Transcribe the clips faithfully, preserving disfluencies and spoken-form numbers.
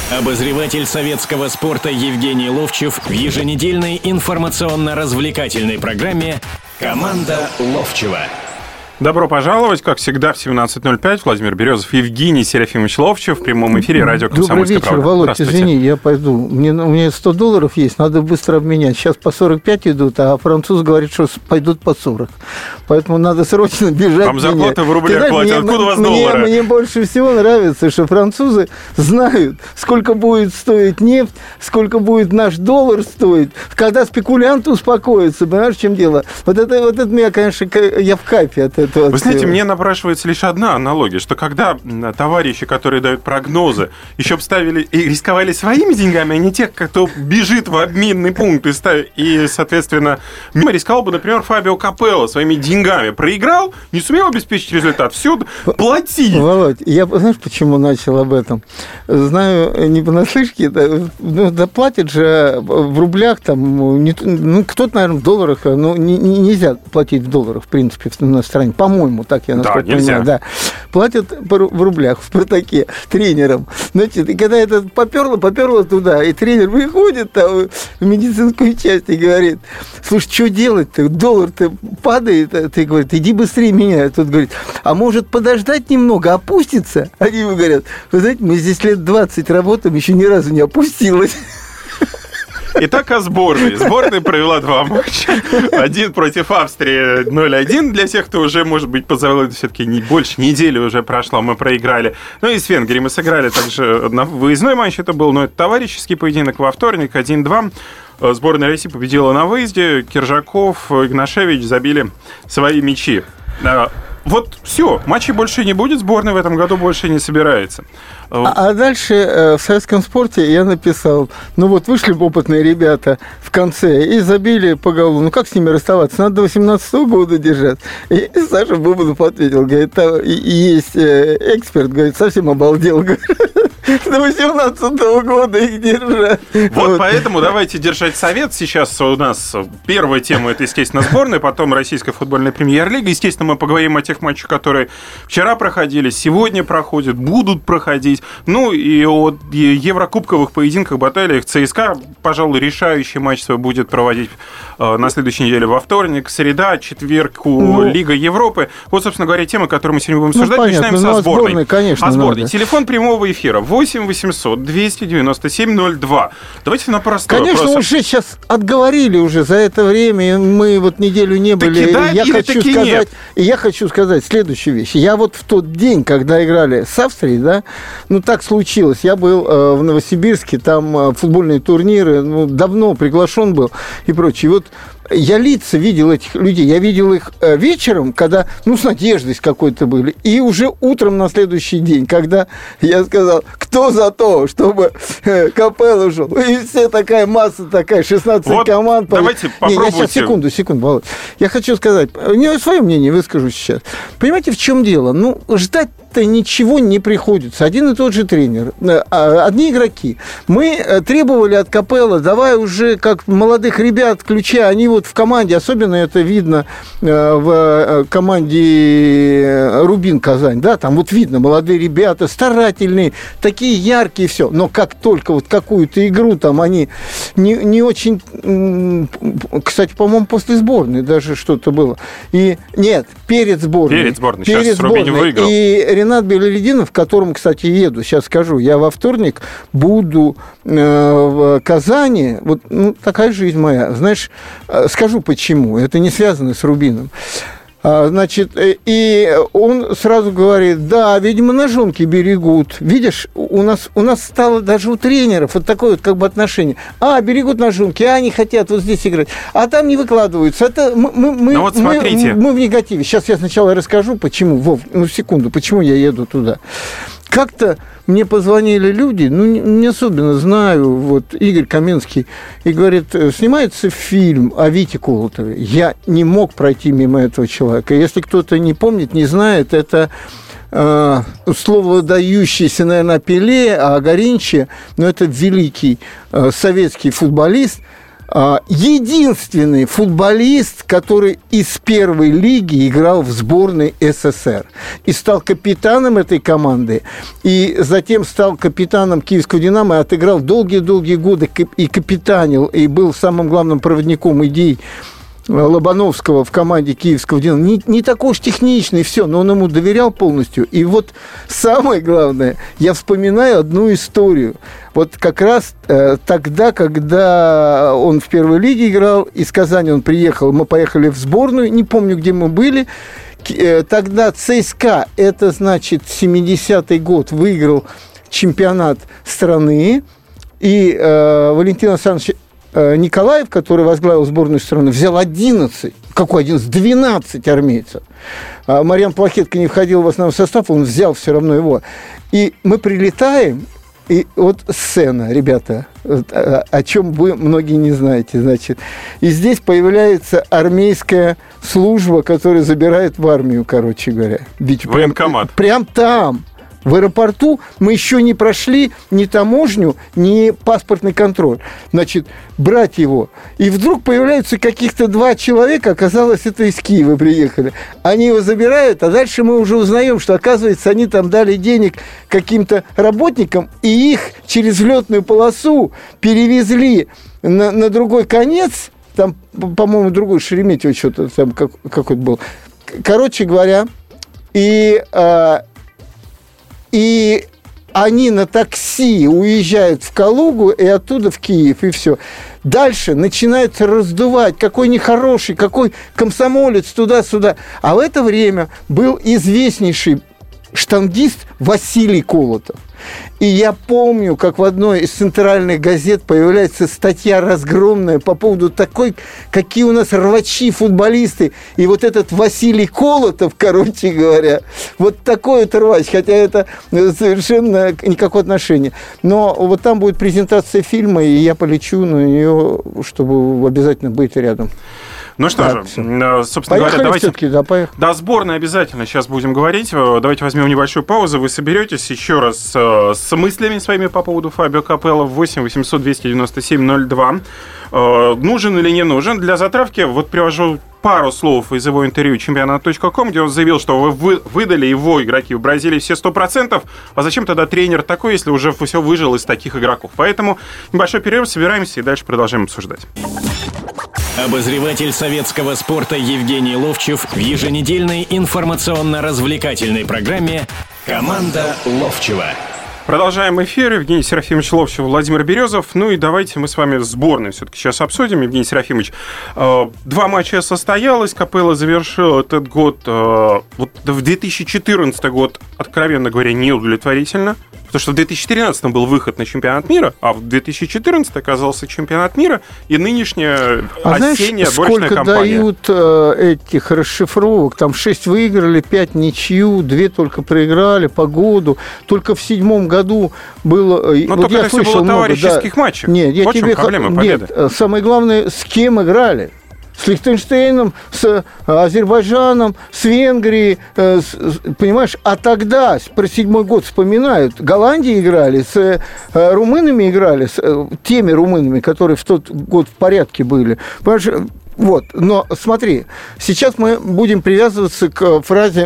Обозреватель советского спорта Евгений Ловчев в еженедельной информационно-развлекательной программе «Команда Ловчева». Добро пожаловать, как всегда, в семнадцать ноль пять. Владимир Березов, Евгений Серафимович Ловчев в прямом эфире радио «Комсомольская правда». Добрый вечер, Володь, извини, я пойду. Мне, у меня сто долларов есть, надо быстро обменять. Сейчас по сорок пять идут, а француз говорит, что пойдут по сорок. Поэтому надо срочно бежать. Вам зарплата в рублях знаешь, платят, мне, откуда у вас мне, доллары? Мне больше всего нравится, что французы знают, сколько будет стоить нефть, сколько будет наш доллар стоить. Когда спекулянты успокоятся, понимаешь, в чем дело? Вот это, вот это меня, конечно, я в кайфе от этого. Вы знаете, мне напрашивается лишь одна аналогия, что когда товарищи, которые дают прогнозы, еще бы ставили и рисковали своими деньгами, а не тех, кто бежит в обменный пункт и, ставит, и соответственно, рисковал бы, например, Фабио Капелло своими деньгами. Проиграл, не сумел обеспечить результат, все, плати. Володь, я, знаешь, почему начал об этом? Знаю не понаслышке, ну, да платят же в рублях, там, не, ну, кто-то, наверное, в долларах, ну, не, не, нельзя платить в долларах, в принципе, на стране, по-моему, так я насколько да, понимаю, да. Платят в рублях в «Спартаке» тренерам. Значит, и когда это поперло, поперло туда, и тренер выходит там в медицинскую часть и говорит: слушай, что делать-то? Доллар-то падает. А ты говоришь: иди быстрее меня. А тот говорит: а может подождать немного, опустится? Они ему говорят: вы знаете, мы здесь лет двадцать работаем, еще ни разу не опустилось. Итак, о сборной. Сборная провела два матча. Один против Австрии ноль один. Для тех, кто уже, может быть, позабыл, все-таки не больше недели уже прошло, мы проиграли. Ну и с Венгрией мы сыграли также на выездной матч. Это был, но это товарищеский поединок во вторник, один-два. Сборная России победила на выезде. Киржаков, Игнашевич забили свои мячи. Вот все, матчей больше не будет, сборная в этом году больше не собирается. А, а дальше э, в советском спорте я написал: ну вот вышли опытные ребята в конце и забили по голу. Ну как с ними расставаться? Надо до восемнадцатого года держать. И Саша Бубнов ответил, говорит: есть эксперт, говорит, совсем обалдел, говорит, до восемнадцатого года их держать. Вот, вот поэтому давайте держать совет. Сейчас у нас первая тема — это, естественно, сборная, потом российская футбольная премьер-лига. Естественно, мы поговорим о тех матчах, которые вчера проходили, сегодня проходят, будут проходить. Ну и о еврокубковых поединках, баталиях. ЦСКА, пожалуй, решающий матч свой будет проводить на следующей неделе во вторник. Среда, четверг, ну, Лига Европы. Вот, собственно говоря, темы, которые мы сегодня будем обсуждать. Ну, понятно, начинаем ну, со сборной. сборной, конечно, о сборной. надо. Телефон прямого эфира восемь восемьсот двести девяносто семь ноль два. Давайте на простой Конечно, вопрос. уже сейчас отговорили уже за это время. Мы вот неделю не были. Таки да, я или хочу таки сказать, нет? и я хочу сказать следующую вещь. Я вот в тот день, когда играли с Австрией, да, ну так случилось. Я был э, в Новосибирске, там э, футбольные турниры, ну, давно приглашен был и прочее. Вот я лица видел этих людей, я видел их вечером, когда, ну, с надеждой с какой-то были, и уже утром на следующий день, когда я сказал: кто за то, чтобы Капелло ушел? И все такая масса такая, шестнадцать вот команд. Давайте Не, попробуйте. я сейчас, секунду, секунду, Володь. Я хочу сказать, не свое мнение выскажу сейчас. Понимаете, в чем дело? Ну, ждать-то ничего не приходится. Один и тот же тренер, одни игроки. Мы требовали от Капелло: давай уже как молодых ребят включай, они вот в команде, особенно это видно в команде Рубин Казань, да, там вот видно, молодые ребята, старательные, такие яркие, все. Но как только вот какую-то игру там они не, не очень, кстати, по-моему, после сборной даже что-то было. И нет, перед сборной. Перед сборной, перед сейчас сборной. Рубин выиграл. И Ренат Белялидинов, к которому, кстати, еду, сейчас скажу, я во вторник буду в Казани, вот, ну, такая жизнь моя, знаешь. Скажу почему. Это не связано с Рубином. Значит, и он сразу говорит: да, видимо, ножонки берегут. Видишь, у нас, у нас стало даже у тренеров вот такое вот как бы отношение. А, берегут ножонки, а они хотят вот здесь играть. А там не выкладываются. Это мы, мы, мы, вот мы, мы в негативе. Сейчас я сначала расскажу, почему. Вов, ну, секунду, почему я еду туда. Как-то мне позвонили люди, ну, не особенно знаю, вот Игорь Каменский, и говорит: снимается фильм о Вите Колотове. Я не мог пройти мимо этого человека. Если кто-то не помнит, не знает, это э, слово, дающееся, наверное, о Пеле, а о Гаринче, но это великий э, советский футболист, единственный футболист, который из первой лиги играл в сборной СССР и стал капитаном этой команды, и затем стал капитаном Киевского «Динамо», и отыграл долгие-долгие годы и капитанил, и был самым главным проводником идей Лобановского в команде Киевского «Динамо». Не, не такой уж техничный, все, но он ему доверял полностью. И вот самое главное, я вспоминаю одну историю. Вот как раз э, тогда, когда он в первой лиге играл, из Казани он приехал, мы поехали в сборную, не помню, где мы были. Э, тогда ЦСКА, это значит семидесятый год, выиграл чемпионат страны, и э, Валентин Александрович Николаев, который возглавил сборную страны, взял одиннадцать, какой одиннадцать, двенадцать армейцев. А Марьян Плохетко не входил в основной состав, он взял все равно его. И мы прилетаем, и вот сцена, ребята, о чем вы многие не знаете, значит. И здесь появляется армейская служба, которая забирает в армию, короче говоря. Ведь военкомат. Прям, прям там. В аэропорту мы еще не прошли ни таможню, ни паспортный контроль. Значит, брать его. И вдруг появляются каких-то два человека, оказалось, это из Киева приехали. Они его забирают, а дальше мы уже узнаем, что, оказывается, они там дали денег каким-то работникам, и их через взлетную полосу перевезли на, на другой конец. Там, по-моему, другой Шереметьево что-то там как, какой-то был. Короче говоря, и... И они на такси уезжают в Калугу и оттуда в Киев, и все. Дальше начинается раздувать, какой нехороший, какой комсомолец туда-сюда. А в это время был известнейший штангист Василий Колотов. И я помню, как в одной из центральных газет появляется статья разгромная по поводу такой, какие у нас рвачи, футболисты. И вот этот Василий Колотов, короче говоря, вот такой вот рвач, хотя это совершенно никакого отношения. Но вот там будет презентация фильма, и я полечу на нее, чтобы обязательно быть рядом. Ну что да, же, все. собственно поехали говоря, давайте... Да, поехали. Да, сборная обязательно сейчас будем говорить. Давайте возьмем небольшую паузу. Вы соберетесь еще раз с мыслями своими по поводу Фабио Капелло в восемь восемьсот двести девяносто семь ноль два. Нужен или не нужен? Для затравки вот привожу пару слов из его интервью чемпионат точка ком, где он заявил, что вы выдали его игроки в Бразилии все сто процентов, а зачем тогда тренер такой, если уже все выжил из таких игроков? Поэтому небольшой перерыв, собираемся и дальше продолжаем обсуждать. Обозреватель советского спорта Евгений Ловчев в еженедельной информационно-развлекательной программе «Команда Ловчева». Продолжаем эфир. Евгений Серафимович Ловчев, Владимир Березов. Ну и давайте мы с вами сборную все-таки сейчас обсудим. Евгений Серафимович, два матча состоялось. Капелло завершил этот год, вот в две тысячи четырнадцатый год, откровенно говоря, неудовлетворительно. Потому что в две тысячи тринадцатом был выход на чемпионат мира, а в две тысячи четырнадцатом оказался чемпионат мира и нынешняя а осенняя знаешь, отборочная сколько кампания. Дают э, этих расшифровок? Там шесть выиграли, пять ничью, две только проиграли по году. Только в седьмом году было... Но вот только я это все было в товарищеских да. матчах. Нет, я вот тебе... проблема победы. Нет, самое главное, с кем играли. С Лихтенштейном, с Азербайджаном, с Венгрией, с, понимаешь, а тогда, про седьмой год вспоминают, Голландии играли, с румынами играли, с теми румынами, которые в тот год в порядке были. Понимаешь, вот, но смотри, сейчас мы будем привязываться к фразе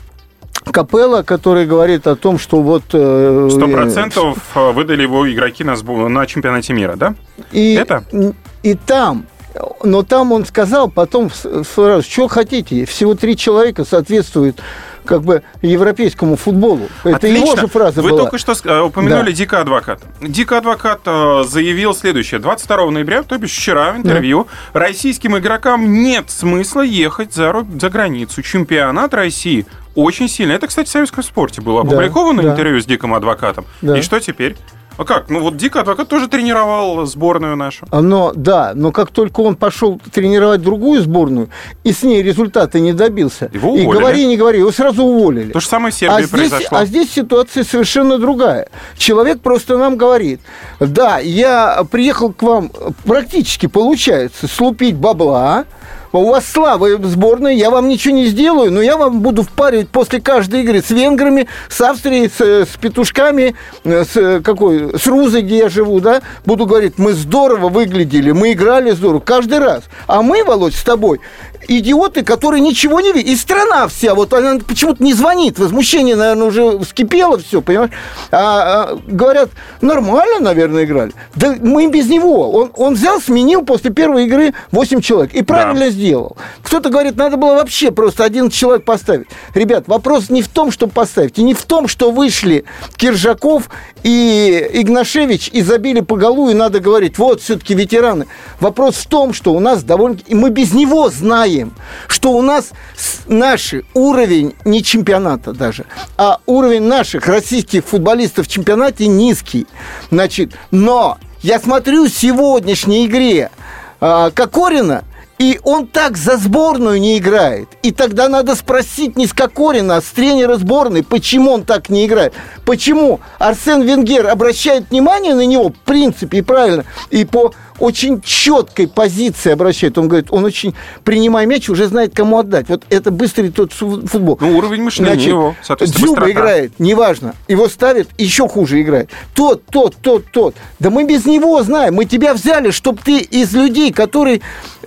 Капелло, который говорит о том, что вот... Сто процентов выдали его игроки на, на чемпионате мира, да? И, Это? И там... Но там он сказал потом сразу, что хотите, всего три человека соответствуют как бы европейскому футболу. Это Отлично. Его же фраза Вы была. только что упомянули да. Дико Адвокат. Дико Адвокат заявил следующее. двадцать второго ноября, то бишь вчера в интервью, да. российским игрокам нет смысла ехать за, за границу. Чемпионат России очень сильно. Это, кстати, в советском спорте было опубликовано да. интервью с Диком Адвокатом. Да. И что теперь? А как? Ну вот Дико Адвокат тоже тренировал сборную нашу. Но, да, но как только он пошел тренировать другую сборную, и с ней результата не добился, его уволили. И говори, не говори, его сразу уволили. То же самое в Сербии а здесь, произошло. А здесь ситуация совершенно другая. Человек просто нам говорит, да, я приехал к вам, практически получается, слупить бабла, у вас слава сборной, я вам ничего не сделаю, но я вам буду впаривать после каждой игры с венграми, с Австрией, с, с петушками, с, какой, с Рузой, где я живу, да, буду говорить, мы здорово выглядели, мы играли здорово, каждый раз. А мы, Володь, с тобой идиоты, которые ничего не видят. И страна вся, вот она почему-то не звонит. Возмущение, наверное, уже вскипело все, понимаешь? А, а, говорят, нормально, наверное, играли. Да мы без него. Он, он взял, сменил после первой игры восемь человек. И правильно да. сделал. Кто-то говорит, надо было вообще просто один человек поставить. Ребят, вопрос не в том, что поставить. И не в том, что вышли Киржаков и Игнашевич и забили по голу, и надо говорить, вот все-таки ветераны. Вопрос в том, что у нас довольно... И мы без него знаем, что у нас наш уровень не чемпионата даже, а уровень наших российских футболистов в чемпионате низкий. Значит, но я смотрю в сегодняшней игре а, Кокорина, и он так за сборную не играет. И тогда надо спросить не с Кокорина, а с тренера сборной, почему он так не играет. Почему Арсен Венгер обращает внимание на него, в принципе, и правильно, и по очень четкой позиции обращает. Он говорит, он очень, принимая мяч, уже знает, кому отдать. Вот это быстрый тот футбол. Ну, уровень мышления Значит, его, соответственно, Дзюба быстрота. играет, неважно. Его ставят, еще хуже играет. Тот, тот, тот, тот. Да мы без него знаем. Мы тебя взяли, чтобы ты из людей, которые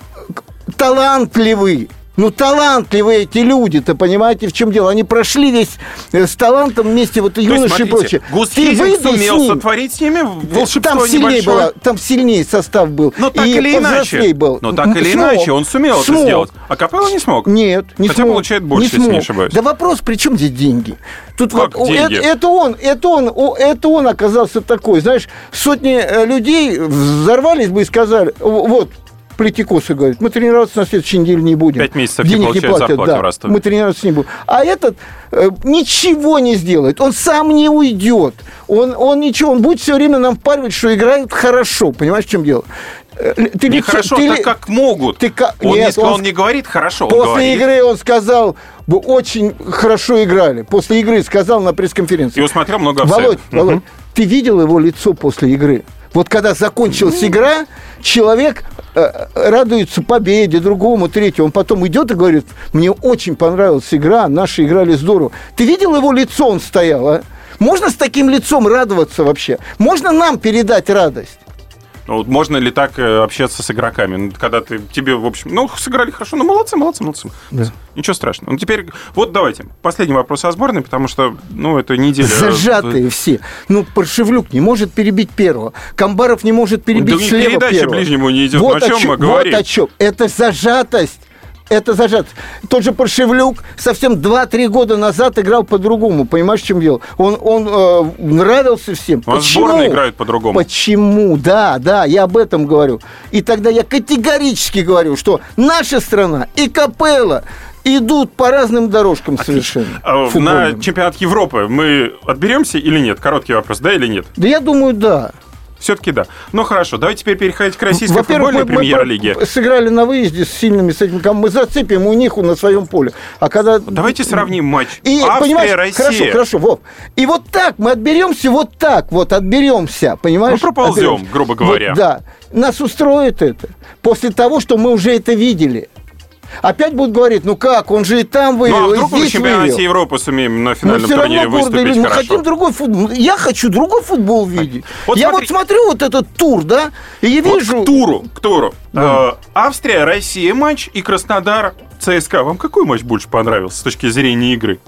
талантливый. Ну, талантливые эти люди-то, понимаете, в чем дело? Они прошли весь с талантом вместе, вот и юноши и прочее. Гусхизинг сумел сотворить с ними волшебство там сильнее небольшое. было, там сильнее состав был. Но так и или иначе, был. но так или смог, иначе он сумел смог. это сделать. А Капелло не смог. Нет, не Хотя смог. получает больше, не если смог. не ошибаюсь. Да вопрос, при чем здесь деньги? Тут как вот, деньги? Это, это он, это он, это он оказался такой. Знаешь, сотни людей взорвались бы и сказали, вот, Плетикосы говорит, мы тренироваться на следующей неделе не будем. Пять месяцев денег не платят, зарплаты да, в Ростове. мы тренироваться не будем. А этот э, ничего не сделает, он сам не уйдет. Он, он ничего, он будет все время нам впаривать, что играют хорошо. Понимаешь, в чем дело? Ты не ли, хорошо, ты так ли... как могут. Ты, он, Нет, не, он, он не говорит хорошо, он После говорит... игры он сказал, вы очень хорошо играли. После игры сказал на пресс-конференции. И усмотрел много офсайдов. Володь, угу. Володь, ты видел его лицо после игры? Вот когда закончилась игра, человек э, радуется победе, другому, третьему. Он потом идет и говорит, мне очень понравилась игра, наши играли здорово. Ты видел его лицо, он стоял, а? Можно с таким лицом радоваться вообще? Можно нам передать радость? Ну, можно ли так общаться с игроками? Ну, когда ты, тебе, в общем, ну, сыграли хорошо, ну, молодцы, молодцы, молодцы. Да. Ничего страшного. Ну, теперь, вот давайте, последний вопрос о сборной, потому что, ну, это неделя... Зажатые все. Ну, Паршевлюк не может перебить первого. Камбаров не может перебить да слева первого. Да передача ближнему не идет. Вот о чем, о чем мы говорим? Вот о чем. Это зажатость. Это зажатость. Тот же Паршевлюк совсем два-три года назад играл по-другому. Понимаешь, в чем дело? Он, он э, нравился всем. Он Почему? Сборная играет по-другому. Почему? Да, да, я об этом говорю. И тогда я категорически говорю, что наша страна и Капелло идут по разным дорожкам совершенно. А, на чемпионат Европы мы отберемся или нет? Короткий вопрос, да или нет? Да я думаю, да. Все-таки да. Ну хорошо, давайте теперь переходить к российской футбольной премьер-лиге. Мы сыграли на выезде с сильными с этим, мы зацепим у них на своем поле. А когда... Давайте сравним матч и, Австрия-Россия. Хорошо, хорошо, Вов. И вот так мы отберемся, вот так вот отберемся, понимаешь? Мы проползем, отберемся. грубо говоря. Вот, да. Нас устроит это. После того, что мы уже это видели. Опять будут говорить, ну как, он же и там выиграл, ну, а вдруг и здесь мы в чемпионате выиграл. Европы сумеем на финальном мы турнире выступить мы хорошо. хотим другой футбол. Я хочу другой футбол видеть. Вот я смотри... вот смотрю вот этот тур, да, и я вижу... Вот к туру, к туру. Да. Э, Австрия, Россия матч и Краснодар, ЦСКА. Вам какой матч больше понравился с точки зрения игры?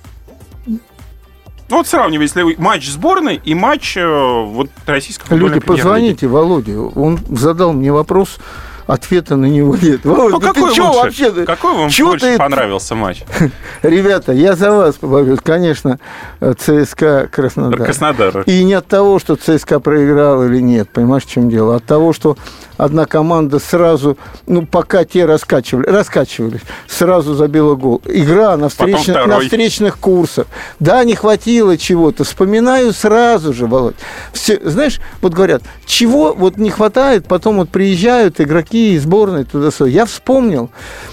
Ну вот сравнивай, если матч сборной и матч э, вот российской футбольной Люди, позвоните Володе, он задал мне вопрос... Ответа на него нет. Володь, ну, да какой, ты лучше? Вообще? Какой вам чё больше ты... понравился матч? Ребята, я за вас поборюсь. Конечно, ЦСКА Краснодар. Краснодар. И не от того, что ЦСКА проиграл или нет, понимаешь, в чем дело? От того, что одна команда сразу, ну, пока те раскачивали, раскачивались, сразу забила гол. Игра на, встречных, на встречных курсах. Да, не хватило чего-то. Вспоминаю сразу же, Володь. Все, знаешь, вот говорят, чего вот не хватает, потом вот приезжают игроки из сборной туда-сюда. Я вспомнил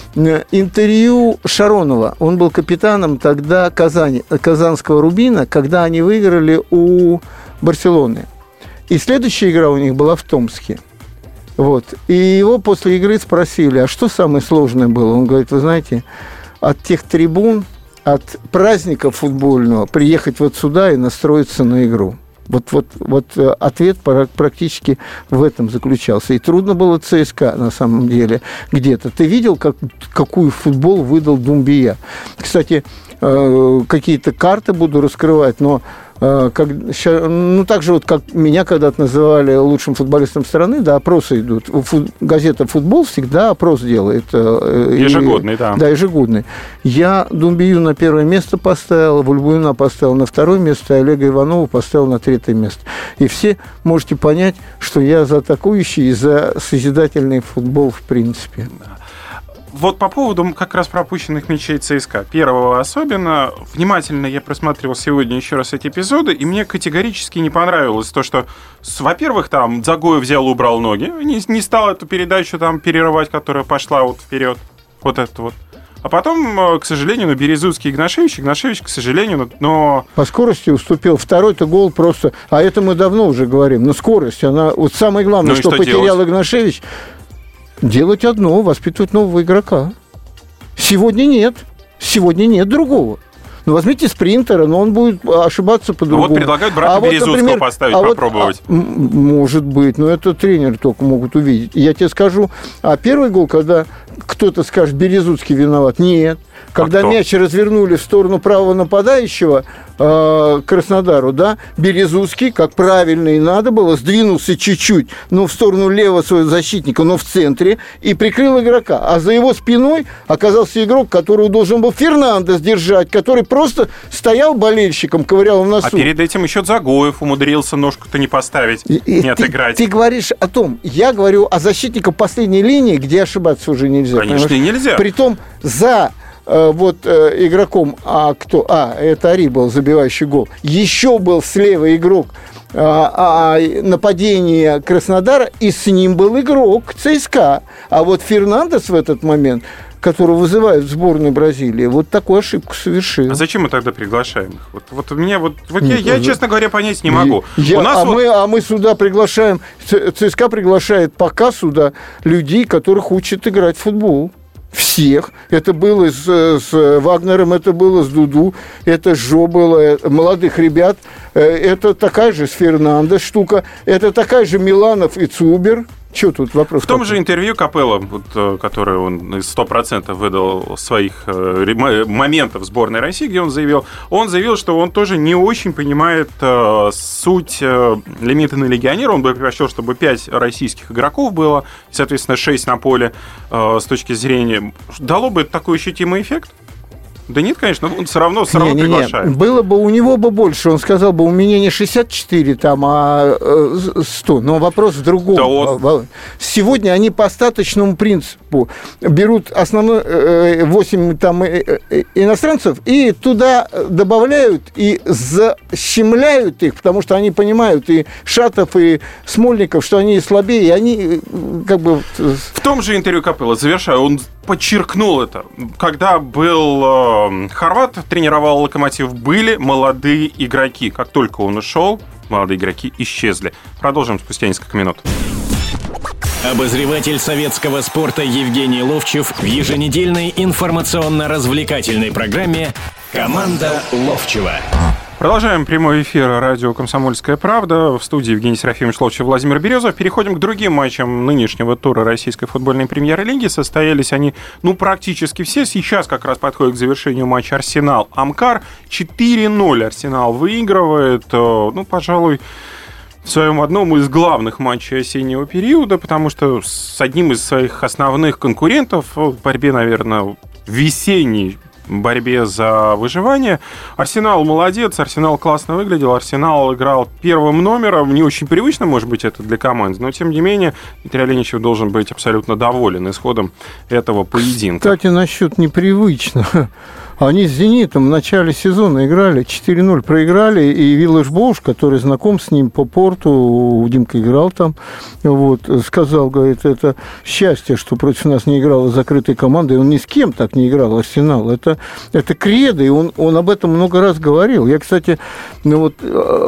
интервью Шаронова. Он был капитаном тогда Казани, казанского Рубина, когда они выиграли у Барселоны. И следующая игра у них была в Томске. Вот. И его после игры спросили, а что самое сложное было? Он говорит, вы знаете, от тех трибун, от праздника футбольного приехать вот сюда и настроиться на игру. Вот, вот, вот ответ практически в этом заключался. И трудно было ЦСКА, на самом деле, где-то. Ты видел, как, какую футбол выдал Думбия? Кстати, какие-то карты буду раскрывать, но как, ну, так же, вот, как меня когда-то называли лучшим футболистом страны, да, опросы идут. Фу, газета «Футбол» всегда опрос делает. Ежегодный, и, да. Да, ежегодный. Я Думбию на первое место поставил, Вульбуина поставил на второе место, а Олега Иванова поставил на третье место. И все можете понять, что я за атакующий и за созидательный футбол в принципе. Вот по поводу как раз пропущенных мячей ЦСКА, первого особенно, внимательно я просматривал сегодня еще раз эти эпизоды, и мне категорически не понравилось то, что, во-первых, там Дзагоев взял и убрал ноги, не, не стал эту передачу там перерывать, которая пошла вот вперед, вот это вот. А потом, к сожалению, на Березутский Игнашевич, Игнашевич, к сожалению, но... По скорости уступил. Второй-то гол просто... А это мы давно уже говорим. Но скорость, она... Вот самое главное, ну, что, что потерял делать? Игнашевич... Делать одно, воспитывать нового игрока. Сегодня нет. Сегодня нет другого. Ну, возьмите спринтера, но он будет ошибаться по-другому. Вот предлагают брата а Березутского вот, например, поставить, а попробовать. Вот, а, может быть, но это тренеры только могут увидеть. Я тебе скажу, а первый гол, когда кто-то скажет, Березутский виноват, нет. Когда а мяч развернули в сторону правого нападающего э, Краснодару, да, Березутский, как правильно и надо было, сдвинулся чуть-чуть, но в сторону левого своего защитника, но в центре, и прикрыл игрока. А за его спиной оказался игрок, которого должен был Фернандес держать, который просто стоял болельщиком, ковырял в носу. А перед этим еще Дзагоев умудрился ножку-то не поставить, и, не ты, отыграть. Ты говоришь о том, я говорю о защитниках последней линии, где ошибаться уже нельзя. Конечно, нельзя. Притом за... вот э, игроком, а кто? А, это Ари был, забивающий гол. Еще был слева игрок а, а, нападения Краснодара, и с ним был игрок ЦСКА. А вот Фернандес в этот момент, которого вызывают в сборную Бразилии, вот такую ошибку совершил. А зачем мы тогда приглашаем их? Вот, вот меня вот, вот Нет, я, я, честно говоря, понять не могу. Я, У нас а, вот... мы, а мы сюда приглашаем, ЦСКА приглашает пока сюда людей, которых учат играть в футбол. Всех. Это было с, с Вагнером, это было с Дуду, это с Жо было, молодых ребят. Это такая же с Фернандес штука, это такая же Миланов и Цубер. Что тут вопрос? В том какой? же интервью Капелло, вот, который он сто процентов выдал своих э, моментов сборной России, где он заявил, он заявил, что он тоже не очень понимает э, суть э, лимита на легионера. Он бы предпочел, чтобы пять российских игроков было, соответственно, шесть на поле э, с точки зрения... Дало бы такой ощутимый эффект? Да нет, конечно, он все равно, все равно не, приглашает. Не, не. Было бы у него бы больше. Он сказал бы, у меня не шестьдесят четыре, там, а сто. Но вопрос в другом. Да он... Сегодня они по остаточному принципу берут основной восемь там, иностранцев и туда добавляют и защемляют их, потому что они понимают, и Шатов, и Смольников, что они слабее, и они как бы... В том же интервью Капелло, завершая, он подчеркнул это. Когда был хорват, тренировал Локомотив, были молодые игроки. Как только он ушел, молодые игроки исчезли. Продолжим спустя несколько минут. Обозреватель советского спорта Евгений Ловчев в еженедельной информационно-развлекательной программе «Команда Ловчева». Продолжаем прямой эфир радио «Комсомольская правда». В студии Евгений Серафимович Ловчев, Владимир Березов. Переходим к другим матчам нынешнего тура российской футбольной премьер-лиги. Состоялись они, ну, практически все. Сейчас как раз подходит к завершению матч Арсенал-Амкар. четыре ноль Арсенал выигрывает. Ну, пожалуй, в своем одном из главных матчей осеннего периода, потому что с одним из своих основных конкурентов в борьбе, наверное, весенней борьбе за выживание. Арсенал молодец, Арсенал классно выглядел, Арсенал играл первым номером, не очень привычно, может быть, это для команд, но, тем не менее, Дмитрий Оленичев должен быть абсолютно доволен исходом этого поединка. Кстати, насчет непривычно. Они с «Зенитом» в начале сезона играли, четыре ноль проиграли, и Виллаж Боуш, который знаком с ним по порту, Димка играл там, вот, сказал, говорит, это счастье, что против нас не играла закрытая команда, и он ни с кем так не играл, Арсенал. Это, это кредо, и он, он об этом много раз говорил. Я, кстати, ну вот,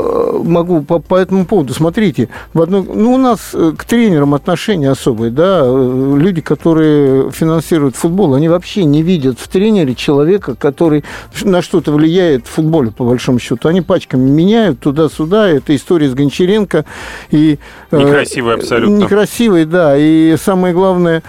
могу по, по этому поводу, смотрите, в одной, ну, у нас к тренерам отношения особые, да, люди, которые финансируют футбол, они вообще не видят в тренере человека, который на что-то влияет в футболе, по большому счету. Они пачками меняют туда-сюда, это история с Гончаренко. И, некрасивый абсолютно. Некрасивый, да, и самое главное,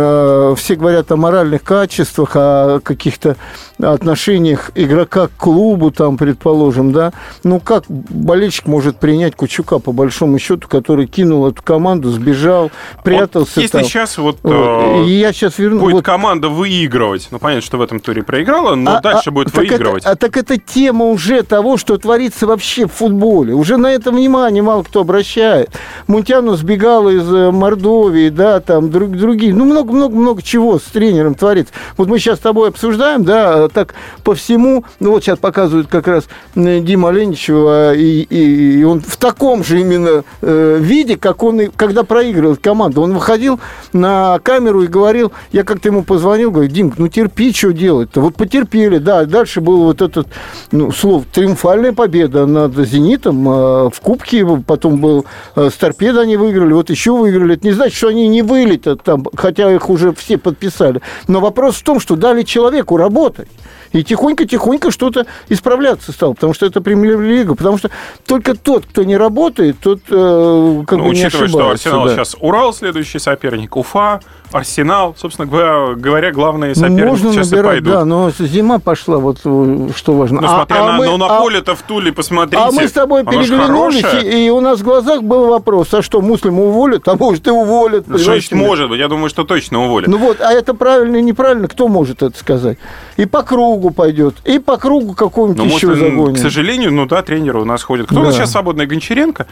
все говорят о моральных качествах, о каких-то отношениях игрока к клубу, там, предположим, да, ну, как болельщик может принять Кучука, по большому счету, который кинул эту команду, сбежал, прятался вот, если там. сейчас вот, вот. И я сейчас верну, будет вот. команда выигрывать, ну, понятно, что в этом туре проиграла, но а, дальше а, будет так выигрывать. Это, а так это тема уже того, что творится вообще в футболе. Уже на это внимание мало кто обращает. Мунтяну сбегал из Мордовии, да, там, друг, другие, ну, много-много-много чего с тренером творится. Вот мы сейчас с тобой обсуждаем, да, так по всему, ну, вот сейчас показывают как раз Дима Оленичева, и, и, и он в таком же именно э, виде, как он, и, когда проигрывал команду, он выходил на камеру и говорил, я как-то ему позвонил, говорю, Дим, ну, терпи, что делать-то? Вот потерпели, да, дальше был вот этот, ну, слово, триумфальная победа над «Зенитом», э, в Кубке, потом был э, с «Торпедо» они выиграли, вот еще выиграли. Это не значит, что они не вылетят там, хотя их уже все подписали. Но вопрос в том, что дали человеку работать. И тихонько-тихонько что-то исправляться стало, потому что это премьер-лига, потому что только тот, кто не работает, тот э, как ну, бы не ошибается. Учитывая, что Арсенал да. сейчас Урал, следующий соперник, Уфа, Арсенал, собственно говоря, главные соперники можно сейчас набирать, и пойдут. Да, но зима пошла, вот что важно. Ну, смотря а, на, а мы, ну, на а, поле-то в Туле, посмотрите. А мы с тобой переглянулись, и, и у нас в глазах был вопрос, а что, Муслима уволят? А может, и уволят. Ну, что значит, может быть? Я думаю, что точно уволят. Ну вот, а это правильно и неправильно, кто может это сказать? И по кругу пойдет, и по кругу какому-нибудь ну, еще может, загоним. К сожалению, ну да, тренеры у нас ходят. Кто да. у нас сейчас свободный? Гончаренко?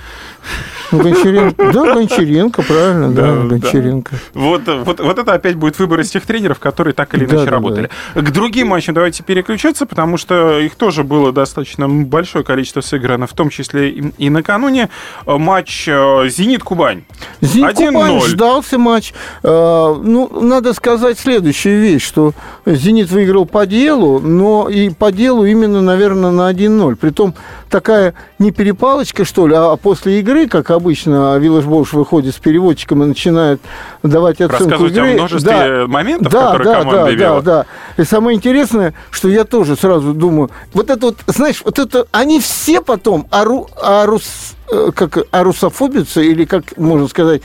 Ну, Гончаренко. Да, Гончаренко, правильно, да, да Гончаренко. Да. Вот, вот, вот это опять будет выбор из тех тренеров, которые так или иначе да, работали. Да, да. К другим матчам давайте переключаться, потому что их тоже было достаточно большое количество сыграно, в том числе и, и накануне. Матч «Зенит-Кубань». «Зенит-Кубань» ждался матч. Ну, надо сказать следующую вещь, что «Зенит» выиграл по делу, но и по делу именно, наверное, на один ноль. Притом такая не перепалочка, что ли, а после игры, как обычно, Виллаж Боуш выходит с переводчиком и начинает давать оценку рассказывать игры. о множестве да, моментов, да, которые да, команда да, имела. Да, да. И самое интересное, что я тоже сразу думаю, вот это вот, знаешь, вот это, они все потом ару, арус, как арусофобятся, или как можно сказать,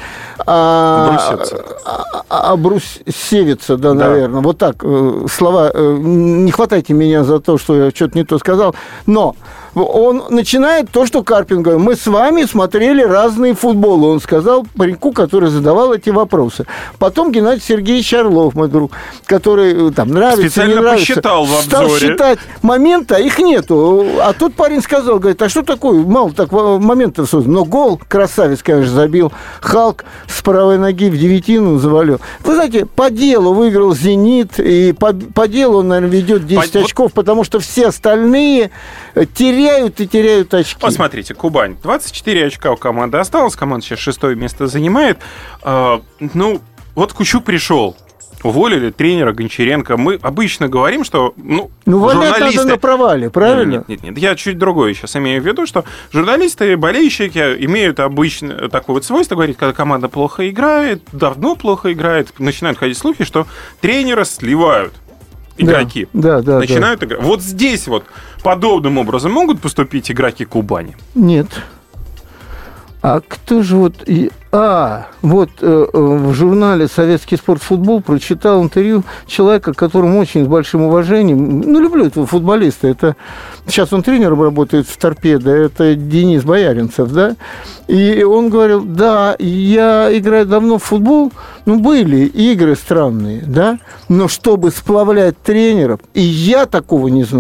обрусевятся, да, да, наверное. Вот так, слова, не хватайте меня за то, что я что-то не то сказал, но он начинает то, что Карпин говорит. Мы с вами смотрели разные футболы, он сказал пареньку, который задавал эти вопросы. Потом Геннадий Сергеевич Орлов, мой друг, который там нравится, специально не нравится, посчитал в обзоре. Стал считать моменты, а их нету. А тут парень сказал, говорит, а что такое? Мало так моментов создано. Но гол красавец, конечно, забил. Халк с правой ноги в девятину завалил. Вы знаете, по делу выиграл «Зенит», и по, по делу он, наверное, ведет десять по... очков, потому что все остальные теряют и теряют очки. Посмотрите, Кубань. двадцать четыре очка у команды осталось. Команда сейчас шестое место занимает. А, ну, вот Кучук пришел. Уволили тренера Гончаренко. Мы обычно говорим, что ну, ну журналисты... надо на провале, правильно? Нет, нет, нет. Я чуть другое сейчас имею в виду, что журналисты, болельщики имеют обычно такое вот свойство говорить, когда команда плохо играет, давно плохо играет, начинают ходить слухи, что тренера сливают. Игроки да, да, начинают да. играть. Вот здесь вот подобным образом могут поступить игроки Кубани? Нет. А кто же вот... И... А, вот э, в журнале «Советский спорт-футбол» прочитал интервью человека, к которому очень с большим уважением... Ну, люблю этого футболиста. Это... Сейчас он тренером работает в «Торпедо». Это Денис Бояринцев, да? И он говорил, да, я играю давно в футбол, ну, были игры странные, да? Но чтобы сплавлять тренеров, и я такого не знаю.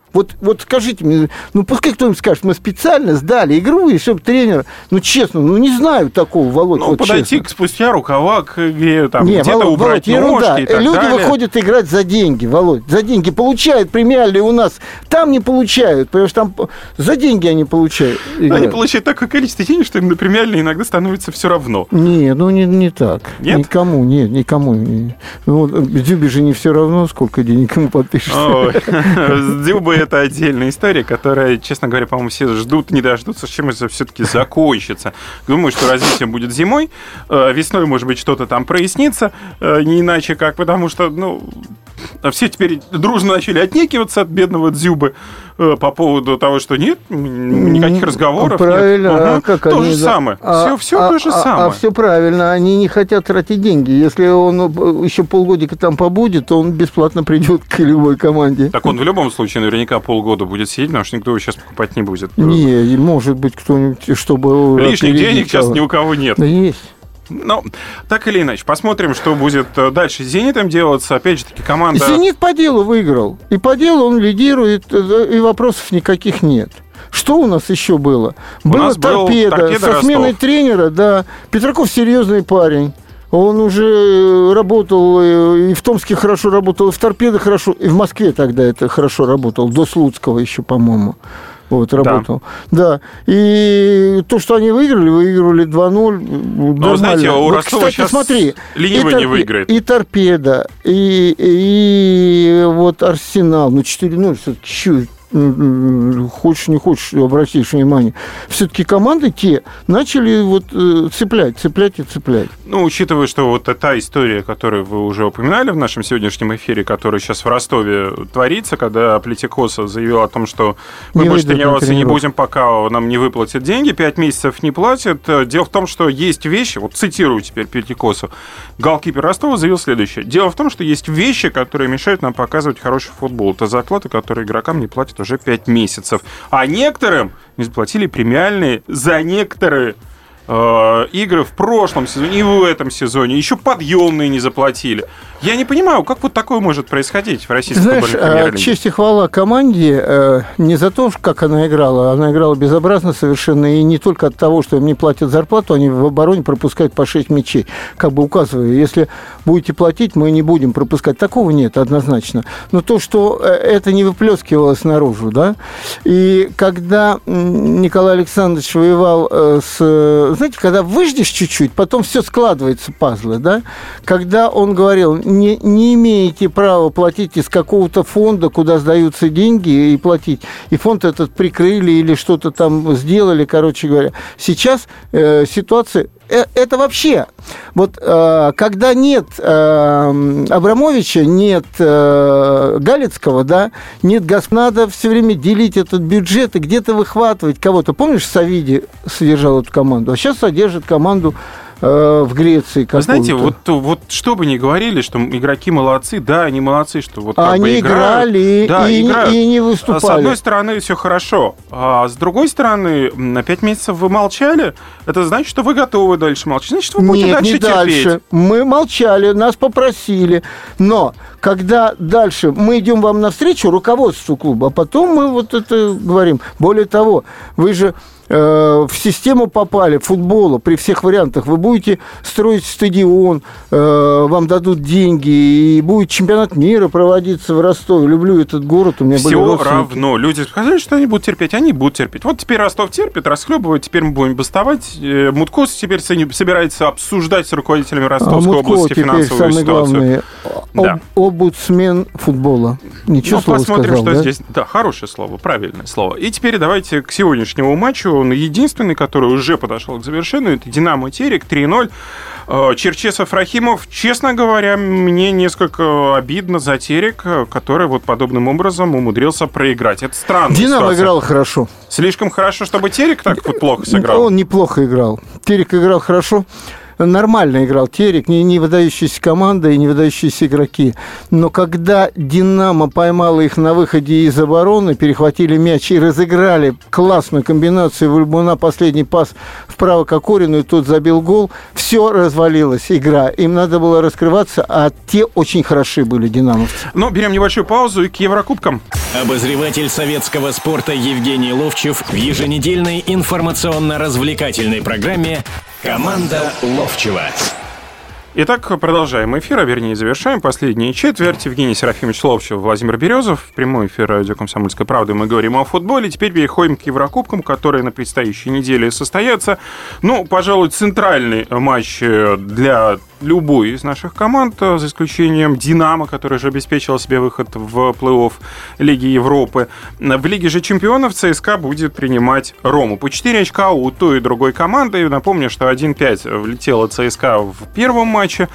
Вот, вот скажите мне, ну пускай кто-нибудь скажет, мы специально сдали игру, и чтобы тренер, ну честно, ну не знаю такого, Володь. Ну, вот подойти честно. к спустя рукава к игре, там, не, где-то Володь, убрать Володь, ножки ерунда. и так Люди далее. выходят играть за деньги, Володь, за деньги. Получают премиальные у нас, там не получают, потому что там за деньги они получают. Они играют. получают такое количество денег, что им на премиальные иногда становится все равно. Не, ну не, не так. Нет? Никому, нет, никому. Не. Ну, Дзюбе же не все равно, сколько денег ему подпишешь. С Дзюбой это отдельная история, которая, честно говоря, по-моему, все ждут, не дождутся, с чем это все-таки закончится. Думаю, что развитие будет зимой. Весной, может быть, что-то там прояснится. Не иначе как, потому что, ну, все теперь дружно начали отнекиваться от бедного Дзюбы по поводу того, что нет, никаких разговоров. Правильно, нет. А Угу. как То они, же да. самое. А, все все а, то же а, самое. А все правильно, они не хотят тратить деньги. Если он еще полгодика там побудет, то он бесплатно придет к любой команде. Так он в любом случае наверняка полгода будет сидеть, потому что никто его сейчас покупать не будет. Не, может быть, кто-нибудь, чтобы... Лишних денег сейчас ни у кого нет. Да есть. Ну, так или иначе, посмотрим, что будет дальше с «Зенитом» делаться. Опять же таки, команда... «Зенит» по делу выиграл. И по делу он лидирует, и вопросов никаких нет. Что у нас еще было? У Было нас был торпедо, «Торпедо» со Ростов. сменой тренера, да. Петраков серьезный парень. Он уже работал, и в Томске хорошо работал, и в «Торпедо» хорошо, и в Москве тогда это хорошо работал, до Слуцкого еще, по-моему. Вот, работал. Да. да. И то, что они выиграли, выиграли два ноль. Но, знаете, у вот, Ростова кстати, сейчас смотри, ленивый торпе- не выиграет. И «Торпедо», и, и вот «Арсенал». Ну, четыре ноль все-таки чуть. Хочешь, не хочешь, обратишь внимание. Все-таки команды те начали вот цеплять, цеплять и цеплять. Ну, учитывая, что вот та история, которую вы уже упоминали в нашем сегодняшнем эфире, которая сейчас в Ростове творится, когда Плетикоса заявил о том, что мы Не больше выйдут на тренироваться не тренировку. будем, пока нам не выплатят деньги, пять месяцев не платят. Дело в том, что есть вещи, вот цитирую теперь Плетикосу, голкипер Ростова заявил следующее. Дело в том, что есть вещи, которые мешают нам показывать хороший футбол. Это зарплаты, которые игрокам не платят уже пять месяцев. А некоторым не заплатили премиальные за некоторые э, игры в прошлом сезоне и в этом сезоне. Еще подъемные не заплатили. Я не понимаю, как вот такое может происходить в российской Знаешь, футбольной премьер-лиге. честь и хвала команде э, не за то, как она играла. Она играла безобразно совершенно. И не только от того, что им не платят зарплату, они в обороне пропускают по шесть мячей. Как бы указывая, если будете платить, мы не будем пропускать. Такого нет, однозначно. Но то, что это не выплескивалось наружу, да. И когда Николай Александрович воевал с... Знаете, когда выждешь чуть-чуть, потом все складывается, пазлы, да. Когда он говорил... Не, не имеете права платить из какого-то фонда, куда сдаются деньги, и платить. И фонд этот прикрыли или что-то там сделали, короче говоря. Сейчас э, ситуация... Э, это вообще... Вот э, когда нет э, Абрамовича, нет э, Галицкого, да, нет Газ, надо все время делить этот бюджет и где-то выхватывать кого-то. Помнишь, Савиди содержал эту команду? А сейчас содержит команду в Греции. Вы знаете, вот, вот что бы ни говорили, что игроки молодцы, да, они молодцы, что вот как они бы играют, играли да, и, играют. и не выступали. С одной стороны, все хорошо, а с другой стороны, на пять месяцев вы молчали, это значит, что вы готовы дальше молчать. Значит, вы будете Нет, дальше не терпеть. дальше. Мы молчали, нас попросили. Но когда дальше мы идем вам навстречу, руководству клуба, а потом мы вот это говорим. Более того, вы же в систему попали футбола при всех вариантах. Вы будете строить стадион, вам дадут деньги, и будет чемпионат мира проводиться в Ростове. Люблю этот город, у меня Все были родственники. равно. Люди сказали, что они будут терпеть, они будут терпеть. Вот теперь Ростов терпит, расхлебывает, теперь мы будем бастовать. Муткос теперь собирается обсуждать с руководителями Ростовской а области теперь финансовую самый ситуацию. главный об, омбудсмен футбола. Ничего ну, слова посмотрим, сказал, что да? здесь. Да, хорошее слово, правильное слово. И теперь давайте к сегодняшнему матчу. Он единственный, который уже подошел к завершению. Это «Динамо» Терек три ноль. Черчесов, Рахимов. Честно говоря, мне несколько обидно за Терек, который вот подобным образом умудрился проиграть. Это странно. «Динамо» ситуация. играл хорошо. Слишком хорошо, чтобы Терек так вот плохо сыграл? Он неплохо играл. Терек играл хорошо. нормально играл Терек, не, не выдающаяся команда и не выдающиеся игроки. Но когда «Динамо» поймало их на выходе из обороны, перехватили мяч и разыграли классную комбинацию Вульбуна, последний пас вправо Кокорину, и тот забил гол, все развалилось, игра. Им надо было раскрываться, а те очень хороши были, динамовцы. Ну, берем небольшую паузу и к Еврокубкам. Обозреватель советского спорта Евгений Ловчев в еженедельной информационно-развлекательной программе «Команда Ловчева». Итак, продолжаем эфир, а вернее завершаем последнюю четверть. Евгений Серафимович Ловчев, Владимир Березов. В прямой эфир радио «Комсомольская правда» мы говорим о футболе. Теперь переходим к Еврокубкам, которые на предстоящей неделе состоятся. Ну, пожалуй, центральный матч для любой из наших команд, за исключением «Динамо», который же обеспечил себе выход в плей-офф Лиги Европы. В Лиге же чемпионов ЦСКА будет принимать Рому. По четыре очка у той и другой команды. И напомню, что один пять влетела ЦСКА в первом матче.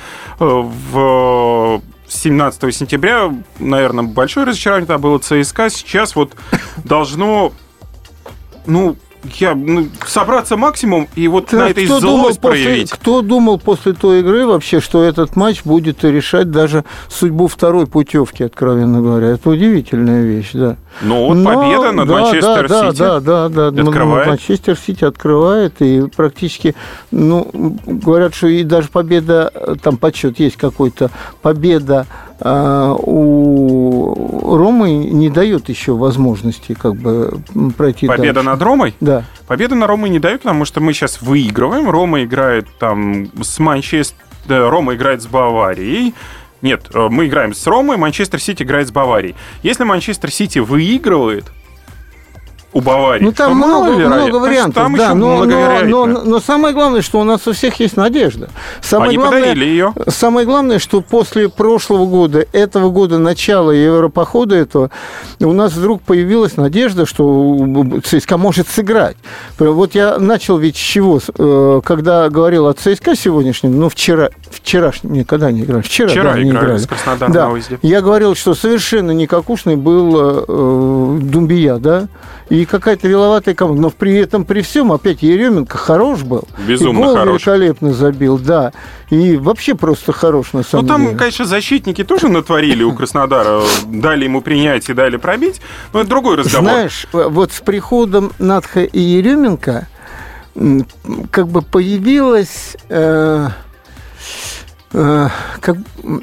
В семнадцатого сентября, наверное, большое разочарование там было ЦСКА. Сейчас вот должно... Ну, я, ну, собраться максимум и вот так, на этой злость проявить. После, кто думал после той игры вообще, что этот матч будет решать даже судьбу второй путевки, откровенно говоря? Это удивительная вещь, да. Ну вот Но, победа над да, Манчестер да, Сити да, да, да, да, открывает. Манчестер Сити открывает, и практически, ну, говорят, что и даже победа, там подсчет есть какой-то, победа э, у Ромы не дает еще возможности как бы пройти Победа дальше. над Ромой? Да. Победа на Рому не дает, потому что мы сейчас выигрываем. Рома играет там с Манчестер... Рома играет с Баварией. Нет, мы играем с Ромой, Манчестер Сити играет с Баварией. Если Манчестер Сити выигрывает у Баварии, ну, там много, много вариантов, там да, еще но, но, но, но, но самое главное, что у нас у всех есть надежда. Самое Они главное, подарили ее. Самое главное, что после прошлого года, этого года, начала Европохода этого, у нас вдруг появилась надежда, что ЦСКА может сыграть. Вот я начал ведь с чего, когда говорил о ЦСКА сегодняшнем, ну, вчера, вчерашнем, когда они играли? Вчера, Вчера да, играли, играли с Краснодаром да. на выезде. Я говорил, что совершенно никакушный был э, Думбия, да, и какая-то виловатая команда. Но при этом, при всем, опять Еременко хорош был. Безумно и гол хорош. великолепно забил, да. И вообще просто хорош, на самом ну, там, деле. Ну, там, конечно, защитники тоже натворили у Краснодара. Дали ему принять и дали пробить. Но это другой разговор. Знаешь, вот с приходом Надха и Еременко как бы появилась... Э, как,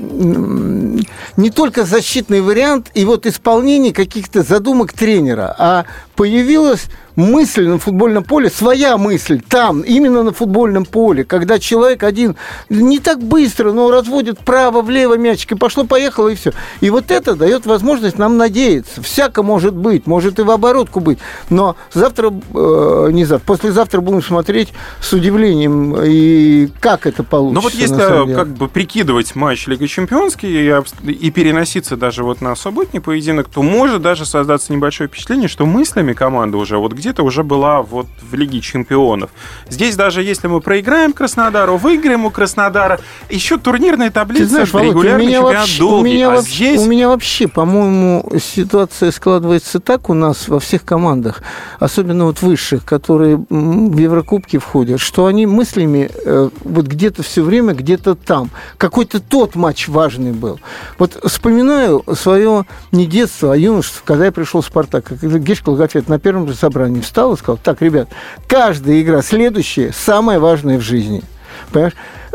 не только защитный вариант и вот исполнение каких-то задумок тренера, а появилась мысль на футбольном поле, своя мысль там, именно на футбольном поле, когда человек один не так быстро, но разводит право-влево мячик, и пошло-поехало, и все. И вот это дает возможность нам надеяться. Всяко может быть, может и в оборотку быть. Но завтра, э, не завтра, послезавтра будем смотреть с удивлением, и как это получится. Ну вот если как бы прикидывать матч Лиги Чемпионский и, и переноситься даже вот на субботний поединок, то может даже создаться небольшое впечатление, что мыслями команда уже вот где-то уже была вот в Лиге Чемпионов. Здесь даже если мы проиграем Краснодару, выиграем у Краснодара, еще турнирная таблица, знаешь, Володь, регулярный чемпионат вообще, долгий. У меня, а вообще, здесь... у меня вообще, по-моему, ситуация складывается так у нас во всех командах, особенно вот высших, которые в Еврокубки входят, что они мыслями э, вот где-то все время, где-то там. Какой-то тот матч важный был. Вот вспоминаю свое не детство, а юношество, когда я пришел в «Спартак», как Гешка Логофет на первом же собрании встал и сказал: так, ребят, каждая игра следующая самая важная в жизни. Понимаешь?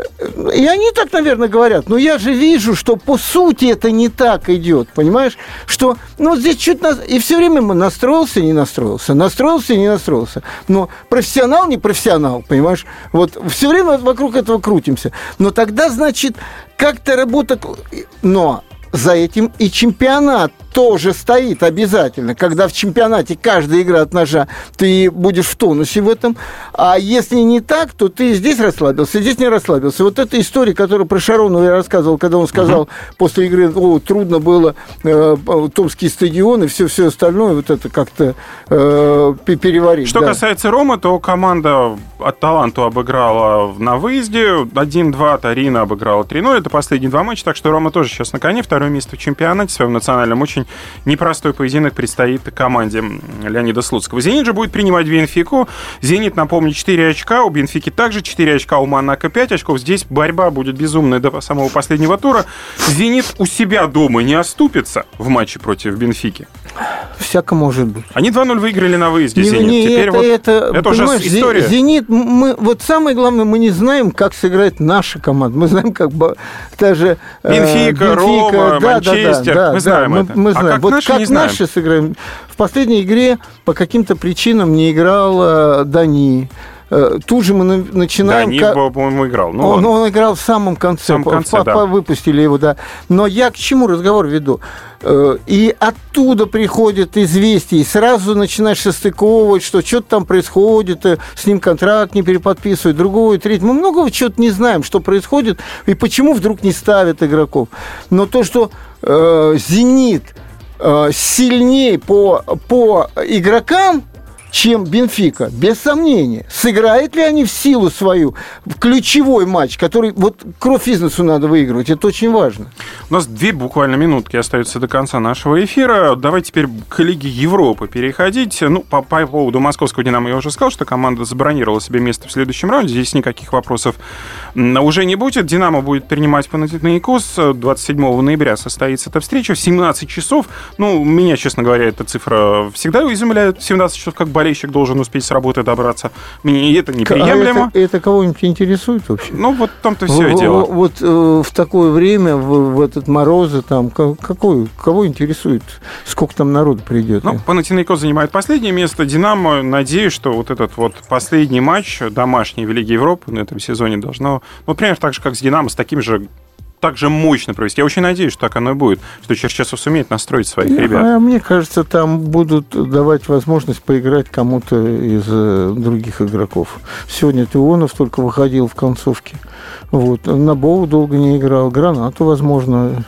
И они так, наверное, говорят, но я же вижу, что по сути это не так идет, понимаешь? Что, ну, здесь чуть... Нас... И все время мы настроился, не настроился, настроился, не настроился. Но профессионал, не профессионал, понимаешь? Вот все время вокруг этого крутимся. Но тогда, значит, как-то работа... Но... За этим и чемпионат тоже стоит обязательно. Когда в чемпионате каждая игра от ножа, ты будешь в тонусе в этом. А если не так, то ты здесь расслабился, здесь не расслабился. Вот эта история, которую про Шаронова я рассказывал, когда он сказал uh-huh. после игры, о, трудно было, э, Томский стадион и все-все остальное, вот это как-то э, переварить. Что да. касается Ромы, то команда Аталанту обыграла на выезде один-два, Торино обыграла три ноль. Это последние два матча, так что Рома тоже сейчас на коне. Второе место в чемпионате своем национальном очень конечно, непростой поединок предстоит команде Леонида Слуцкого. «Зенит» же будет принимать «Бенфику». «Зенит», напомню, четыре очка, у «Бенфики» также четыре очка, у «Монако» пять очков. Здесь борьба будет безумная до самого последнего тура. «Зенит» у себя дома не оступится в матче против «Бенфики». Всяко может быть. Они два ноль выиграли на выезде, не, «Зенит». Не, Теперь это, вот это, это уже история. «Зенит», мы, вот самое главное, мы не знаем, как сыграет наша команда. Мы знаем, как бы даже Бенфика, Бенфика, Рома, да, Манчестер. Да, да, мы знаем да, это. Мы, мы знаем. А как вот наши, как не знаем. наши сыграем. В последней игре по каким-то причинам не играл Дани. Тут же мы начинаем... Да, как... Ник, по-моему, играл. Ну, он, он играл в самом конце. В самом конце, по, да. по, выпустили его, да. Но я к чему разговор веду? И оттуда приходят известия, и сразу начинаешь состыковывать, что что-то там происходит, с ним контракт не переподписывают, другое, третье. Мы много чего-то не знаем, что происходит, и почему вдруг не ставят игроков. Но то, что э, «Зенит» э, сильнее по, по игрокам, чем «Бенфика», без сомнения. Сыграют ли они в силу свою в ключевой матч, который вот кровь из носу надо выигрывать, это очень важно. У нас две буквально минутки остаются до конца нашего эфира. Давайте теперь к Лиге Европы переходить. Ну, по, по поводу московского «Динамо» я уже сказал, что команда забронировала себе место в следующем раунде. Здесь никаких вопросов уже не будет. «Динамо» будет принимать Панатинаикос. двадцать седьмого ноября состоится эта встреча в семнадцать часов. Ну, меня, честно говоря, эта цифра всегда изумляет. семнадцать часов, как болельщик должен успеть с работы добраться. Мне это неприемлемо. А это, это кого-нибудь интересует вообще? Ну, вот в том-то все в, и дело. Вот э, в такое время, в, в этот морозы, там, какой, кого интересует, сколько там народу придет? Ну, Панатинаикос занимает последнее место. «Динамо», надеюсь, что вот этот вот последний матч домашний в Лиге Европы на этом сезоне должно, ну, примерно так же, как с «Динамо», с таким же так же мощно провести. Я очень надеюсь, что так оно и будет, что Черчесов сумеет настроить своих ну, ребят. А мне кажется, там будут давать возможность поиграть кому-то из других игроков. Сегодня Тионов только выходил в концовке. Вот. Набову долго не играл. Гранату, возможно,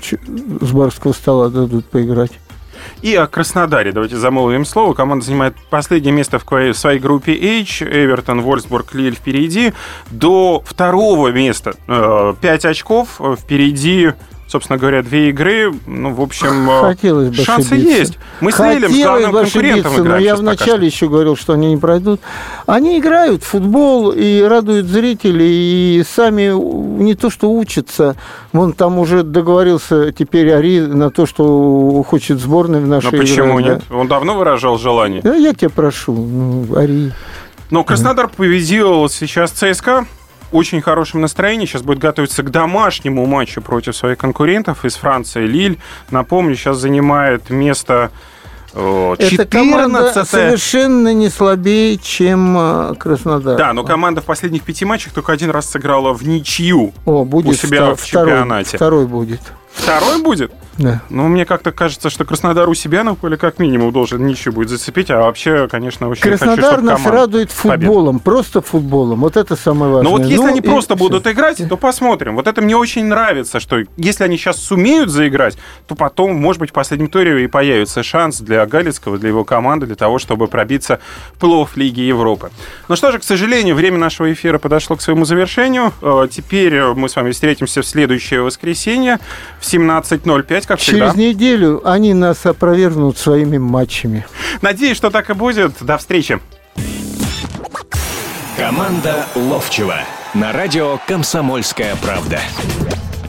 с барского стола дадут поиграть. И о Краснодаре давайте замолвим слово. Команда занимает последнее место в своей группе H. Эвертон, Вольфсбург, Лиль впереди. До второго места пять очков. Впереди, собственно говоря, две игры. Ну, в общем, хотелось бы шансы ошибиться. есть. Мы с Лилем, с главным конкурентом играем. Но я вначале еще говорил, что они не пройдут. Они играют в футбол и радуют зрителей, и сами не то что учатся. Вон там уже договорился теперь Ари на то, что хочет сборной в нашей игре. Но почему играть, нет? Да? Он давно выражал желание. Да, я тебя прошу, ну, Ари. Но Краснодар победил сейчас ЦСКА. Очень хорошем настроении. Сейчас будет готовиться к домашнему матчу против своих конкурентов из Франции. Лиль, напомню, сейчас занимает место четырнадцатое. Эта команда совершенно не слабее, чем Краснодар. Да, но команда в последних пяти матчах только один раз сыграла в ничью. О, будет у себя втор- в чемпионате. Второй будет. Второй будет? Да. Ну, мне как-то кажется, что Краснодар у себя на поле как минимум должен ничью будет зацепить, а вообще, конечно, очень Краснодар хочу, чтобы нас радует футболом, победа. Просто футболом. Вот это самое важное. Но вот если ну, они просто все. будут играть, то посмотрим. Вот это мне очень нравится, что если они сейчас сумеют заиграть, то потом, может быть, в последнем туре и появится шанс для Галицкого, для его команды, для того, чтобы пробиться в плей-офф Лиги Европы. Ну что же, к сожалению, время нашего эфира подошло к своему завершению. Теперь мы с вами встретимся в следующее воскресенье в семнадцать ноль пять, как всегда. Через неделю они нас опровергнут своими матчами. Надеюсь, что так и будет. До встречи. Команда Ловчева на радио «Комсомольская правда».